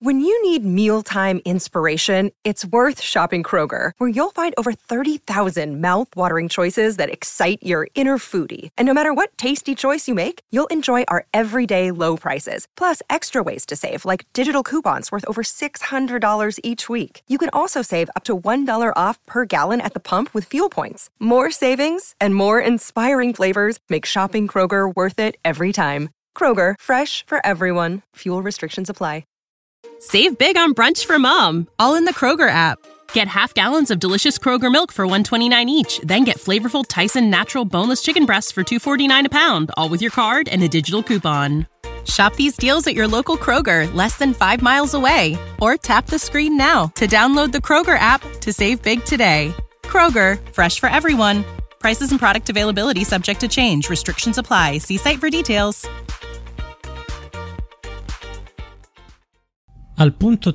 When you need mealtime inspiration, it's worth shopping Kroger, where you'll find over 30,000 mouth-watering choices that excite your inner foodie. And no matter what tasty choice you make, you'll enjoy our everyday low prices, plus extra ways to save, like digital coupons worth over $600 each week. You can also save up to $1 off per gallon at the pump with fuel points. More savings and more inspiring flavors make shopping Kroger worth it every time. Kroger, fresh for everyone. Fuel restrictions apply. Save big on brunch for mom, all in the Kroger app. Get half gallons of delicious Kroger milk for $1.29 each. Then get flavorful Tyson natural boneless chicken breasts for $2.49 a pound, all with your card and a digital coupon. Shop these deals at your local Kroger, less than 5 miles away. Or tap the screen now to download the Kroger app to save big today. Kroger, fresh for everyone. Prices and product availability subject to change. Restrictions apply. See site for details. Al punto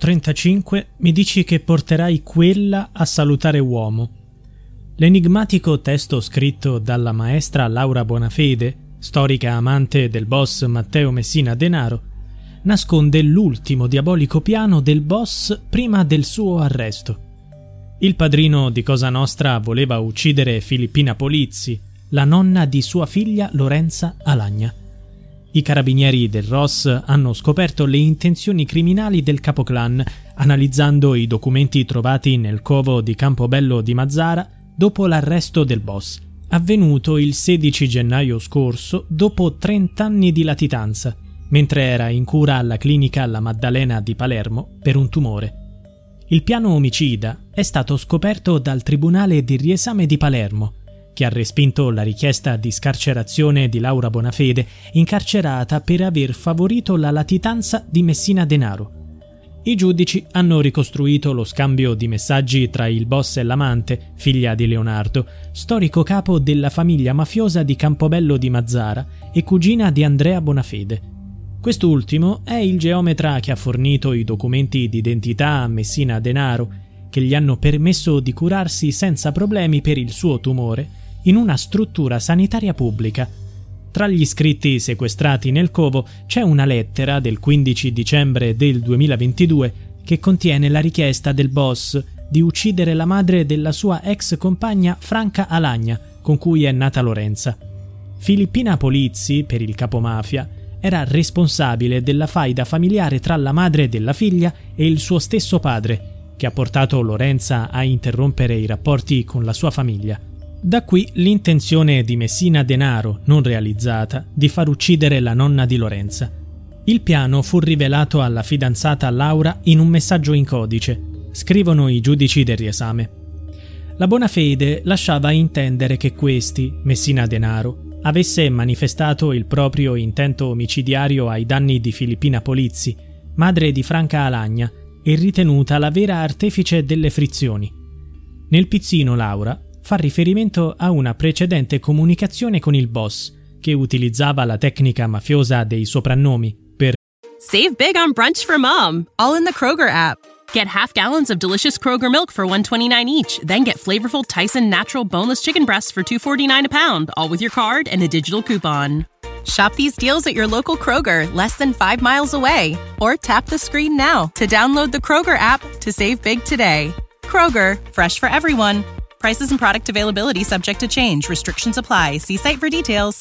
35 mi dici che porterai quella a salutare uomo. L'enigmatico testo scritto dalla maestra Laura Bonafede, storica amante del boss Matteo Messina Denaro, nasconde l'ultimo diabolico piano del boss prima del suo arresto. Il padrino di Cosa Nostra voleva uccidere Filippina Polizzi, la nonna di sua figlia Lorenza Alagna. I carabinieri del ROS hanno scoperto le intenzioni criminali del capoclan, analizzando i documenti trovati nel covo di Campobello di Mazara dopo l'arresto del boss, avvenuto il 16 gennaio scorso dopo 30 anni di latitanza, mentre era in cura alla clinica La Maddalena di Palermo per un tumore. Il piano omicida è stato scoperto dal Tribunale di Riesame di Palermo, che ha respinto la richiesta di scarcerazione di Laura Bonafede, incarcerata per aver favorito la latitanza di Messina Denaro. I giudici hanno ricostruito lo scambio di messaggi tra il boss e l'amante, figlia di Leonardo, storico capo della famiglia mafiosa di Campobello di Mazara e cugina di Andrea Bonafede. Quest'ultimo è il geometra che ha fornito i documenti d'identità a Messina Denaro, che gli hanno permesso di curarsi senza problemi per il suo tumore in una struttura sanitaria pubblica. Tra gli scritti sequestrati nel covo c'è una lettera del 15 dicembre del 2022 che contiene la richiesta del boss di uccidere la madre della sua ex compagna Franca Alagna, con cui è nata Lorenza. Filippina Polizzi, per il capomafia, era responsabile della faida familiare tra la madre della figlia e il suo stesso padre, che ha portato Lorenza a interrompere i rapporti con la sua famiglia. Da qui l'intenzione di Messina Denaro, non realizzata, di far uccidere la nonna di Lorenza. Il piano fu rivelato alla fidanzata Laura in un messaggio in codice, scrivono i giudici del riesame. La Bonafede lasciava intendere che questi, Messina Denaro, avesse manifestato il proprio intento omicidiario ai danni di Filippina Polizzi, madre di Franca Alagna, e ritenuta la vera artefice delle frizioni. Nel pizzino Laura fa riferimento a una precedente comunicazione con il boss, che utilizzava la tecnica mafiosa dei soprannomi per Save big on brunch for mom, all in the Kroger app. Get half gallons of delicious Kroger milk for $1.29 each. Then get flavorful Tyson natural boneless chicken breasts for $2.49 a pound, all with your card and a digital coupon. Shop these deals at your local Kroger, less than 5 miles away. Or tap the screen now to download the Kroger app to save big today. Kroger, fresh for everyone. Prices and product availability subject to change. Restrictions apply. See site for details.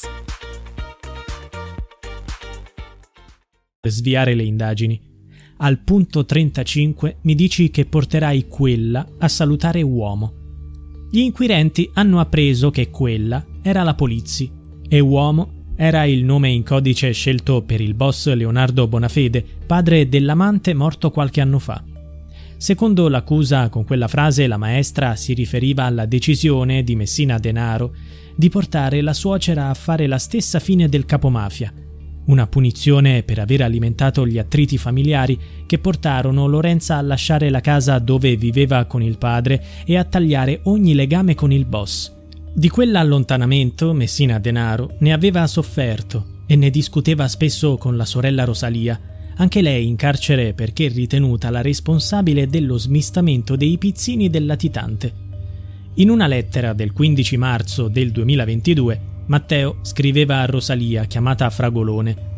Per sviare le indagini. Al punto 35 mi dici che porterai quella a salutare uomo. Gli inquirenti hanno appreso che quella era la Polizzi e uomo era il nome in codice scelto per il boss Leonardo Bonafede, padre dell'amante morto qualche anno fa. Secondo l'accusa, con quella frase la maestra si riferiva alla decisione di Messina Denaro di portare la suocera a fare la stessa fine del capomafia, una punizione per aver alimentato gli attriti familiari che portarono Lorenza a lasciare la casa dove viveva con il padre e a tagliare ogni legame con il boss. Di quell'allontanamento Messina Denaro ne aveva sofferto e ne discuteva spesso con la sorella Rosalia, anche lei in carcere perché ritenuta la responsabile dello smistamento dei pizzini del latitante. In una lettera del 15 marzo del 2022, Matteo scriveva a Rosalia, chiamata Fragolone: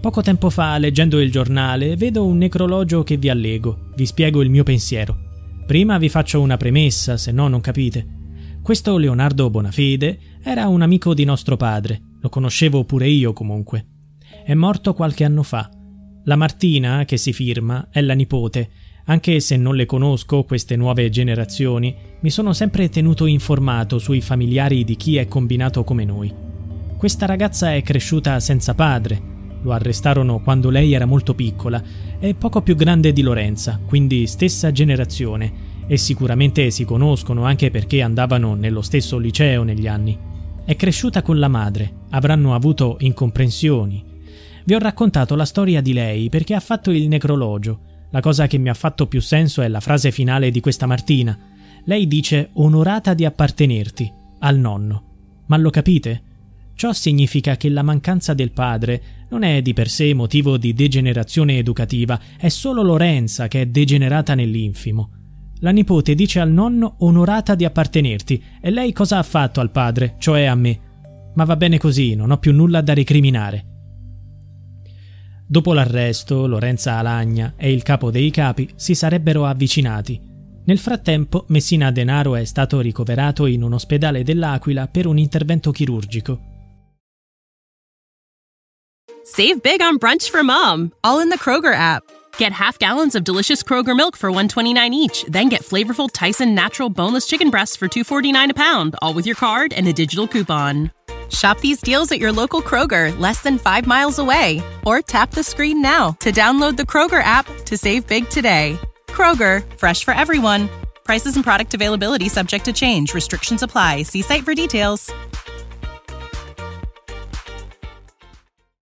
Poco tempo fa, leggendo il giornale, vedo un necrologio che vi allego. Vi spiego il mio pensiero. Prima vi faccio una premessa, se no non capite. Questo Leonardo Bonafede era un amico di nostro padre. Lo conoscevo pure io comunque. È morto qualche anno fa. La Martina, che si firma, è la nipote. Anche se non le conosco, queste nuove generazioni, mi sono sempre tenuto informato sui familiari di chi è combinato come noi. Questa ragazza è cresciuta senza padre. Lo arrestarono quando lei era molto piccola, è poco più grande di Lorenza, quindi stessa generazione, e sicuramente si conoscono anche perché andavano nello stesso liceo negli anni. È cresciuta con la madre, avranno avuto incomprensioni. Vi ho raccontato la storia di lei perché ha fatto il necrologio. La cosa che mi ha fatto più senso è la frase finale di questa Martina. Lei dice onorata di appartenerti, al nonno. Ma lo capite? Ciò significa che la mancanza del padre non è di per sé motivo di degenerazione educativa, è solo Lorenza che è degenerata nell'infimo. La nipote dice al nonno onorata di appartenerti e lei cosa ha fatto al padre, cioè a me? Ma va bene così, non ho più nulla da recriminare. Dopo l'arresto, Lorenza Alagna e il capo dei capi si sarebbero avvicinati. Nel frattempo, Messina Denaro è stato ricoverato in un ospedale dell'Aquila per un intervento chirurgico. Save big on brunch for mom, all in the Kroger app. Get half gallons of delicious Kroger milk for $1.29 each, then get flavorful Tyson natural boneless chicken breasts for $2.49 a pound, all with your card and a digital coupon. Shop these deals at your local Kroger, less than 5 miles away. Or tap the screen now to download the Kroger app to save big today. Kroger, fresh for everyone. Prices and product availability subject to change. Restrictions apply. See site for details.